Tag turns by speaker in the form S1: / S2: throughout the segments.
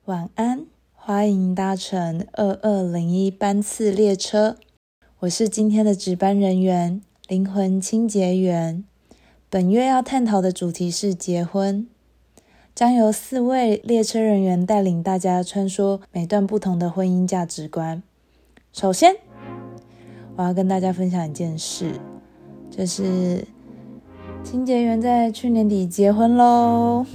S1: 晚安，欢迎搭乘2201班次列车。我是今天的值班人员，灵魂清洁员。本月要探讨的主题是结婚，将由4位列车人员带领大家穿梭每段不同的婚姻价值观。首先，我要跟大家分享一件事，就是清洁员在去年底结婚咯。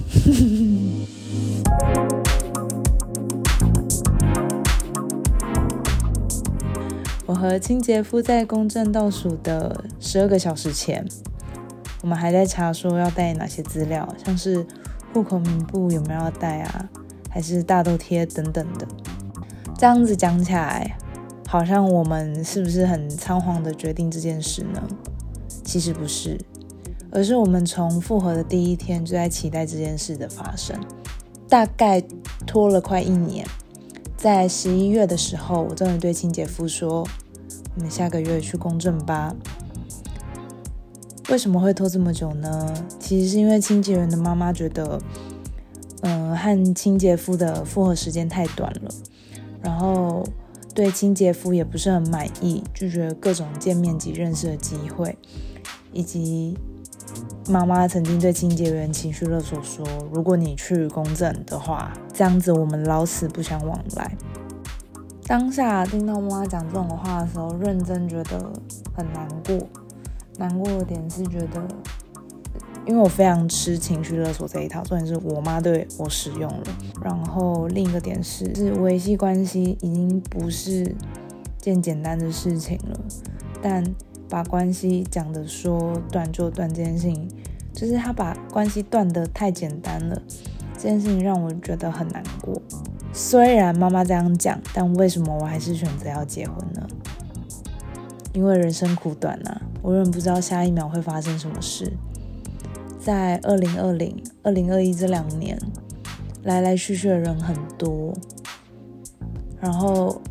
S1: 我和清洁夫在公证倒数的12个小时前，我们还在查说要带哪些资料，像是户口名簿有没有要带啊，还是大头贴等等的。这样子讲起来，好像我们是不是很仓皇的决定这件事呢？其实不是，而是我们从复合的第一天就在期待这件事的发生，大概拖了快1年。在11月的时候，我终于对清洁夫说，我们下个月去公证吧。为什么会拖这么久呢？其实是因为清洁员的妈妈觉得和清洁夫的复合时间太短了，然后对清洁夫也不是很满意，拒绝各种见面及认识的机会，以及妈妈曾经对清洁员情绪勒索说，如果你去公证的话，这样子我们老死不相往来。当下听到妈妈讲这种话的时候，认真觉得很难过。难过的点是觉得，因为我非常吃情绪勒索这一套，重点是我妈对我使用了。然后另一个点是维系关系已经不是件简单的事情了，但把关系讲的说断就断这件事情，就是他把关系断得太简单了，这件事情让我觉得很难过。虽然妈妈这样讲，但为什么我还是选择要结婚呢？因为人生苦短啊，我永远不知道下一秒会发生什么事。在2020、2021这2年，来来去去的人很多。然后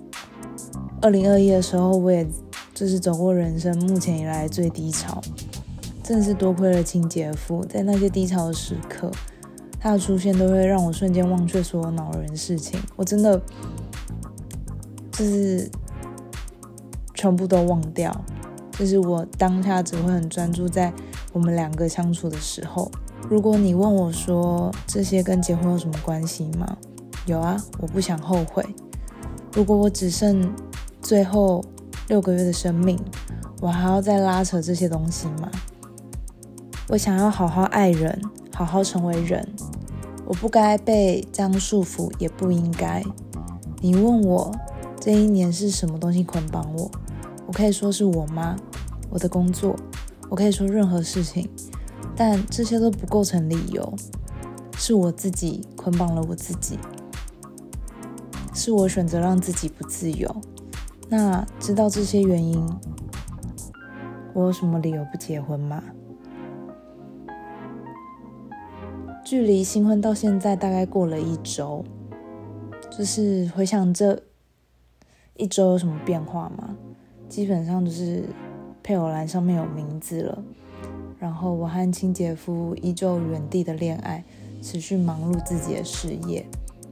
S1: 2021的时候，我也就是走过人生目前以来最低潮，真的是多亏了清洁夫，在那些低潮的时刻，他的出现都会让我瞬间忘却所有恼人的事情，我真的就是全部都忘掉，就是我当下只会很专注在我们2个相处的时候。如果你问我说这些跟结婚有什么关系吗？有啊，我不想后悔。如果我只剩最后6个月的生命，我还要再拉扯这些东西吗？我想要好好爱人，好好成为人，我不该被这样束缚，也不应该。你问我这1年是什么东西捆绑我，我可以说是我妈，我的工作，我可以说任何事情，但这些都不构成理由，是我自己捆绑了我自己，是我选择让自己不自由。那知道这些原因，我有什么理由不结婚吗？距离新婚到现在大概过了1周，就是回想这1周有什么变化吗？基本上就是配偶栏上面有名字了，然后我和清洁夫依旧原地的恋爱，持续忙碌自己的事业。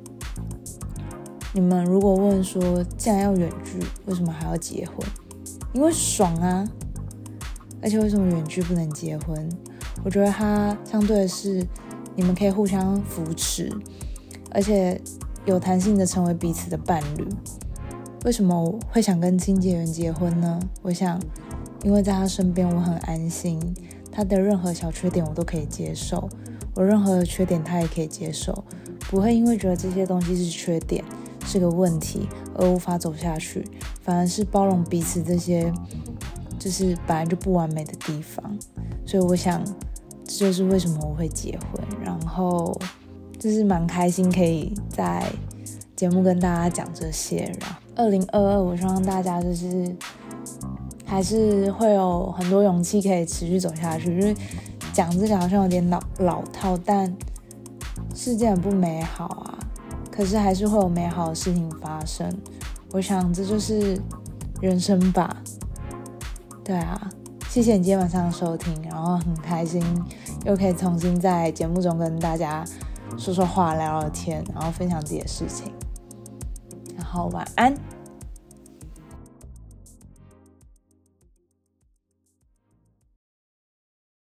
S1: 你们如果问说，既然要远距，为什么还要结婚？因为爽啊！而且为什么远距不能结婚？我觉得它相对的是，你们可以互相扶持，而且有弹性的成为彼此的伴侣。为什么我会想跟清洁员结婚呢？我想，因为在他身边我很安心，他的任何小缺点我都可以接受，我任何的缺点他也可以接受，不会因为觉得这些东西是缺点，是个问题而无法走下去，反而是包容彼此这些就是本来就不完美的地方。所以我想，这就是为什么我会结婚，然后就是蛮开心可以在节目跟大家讲这些。然后2022我希望大家就是还是会有很多勇气可以持续走下去，因为讲这个好像有点老套，但世界很不美好啊，可是还是会有美好的事情发生。我想这就是人生吧。对啊，谢谢你今天晚上的收听，然后很开心又可以重新在节目中跟大家说说话、聊聊天，然后分享自己的事情。然后晚安。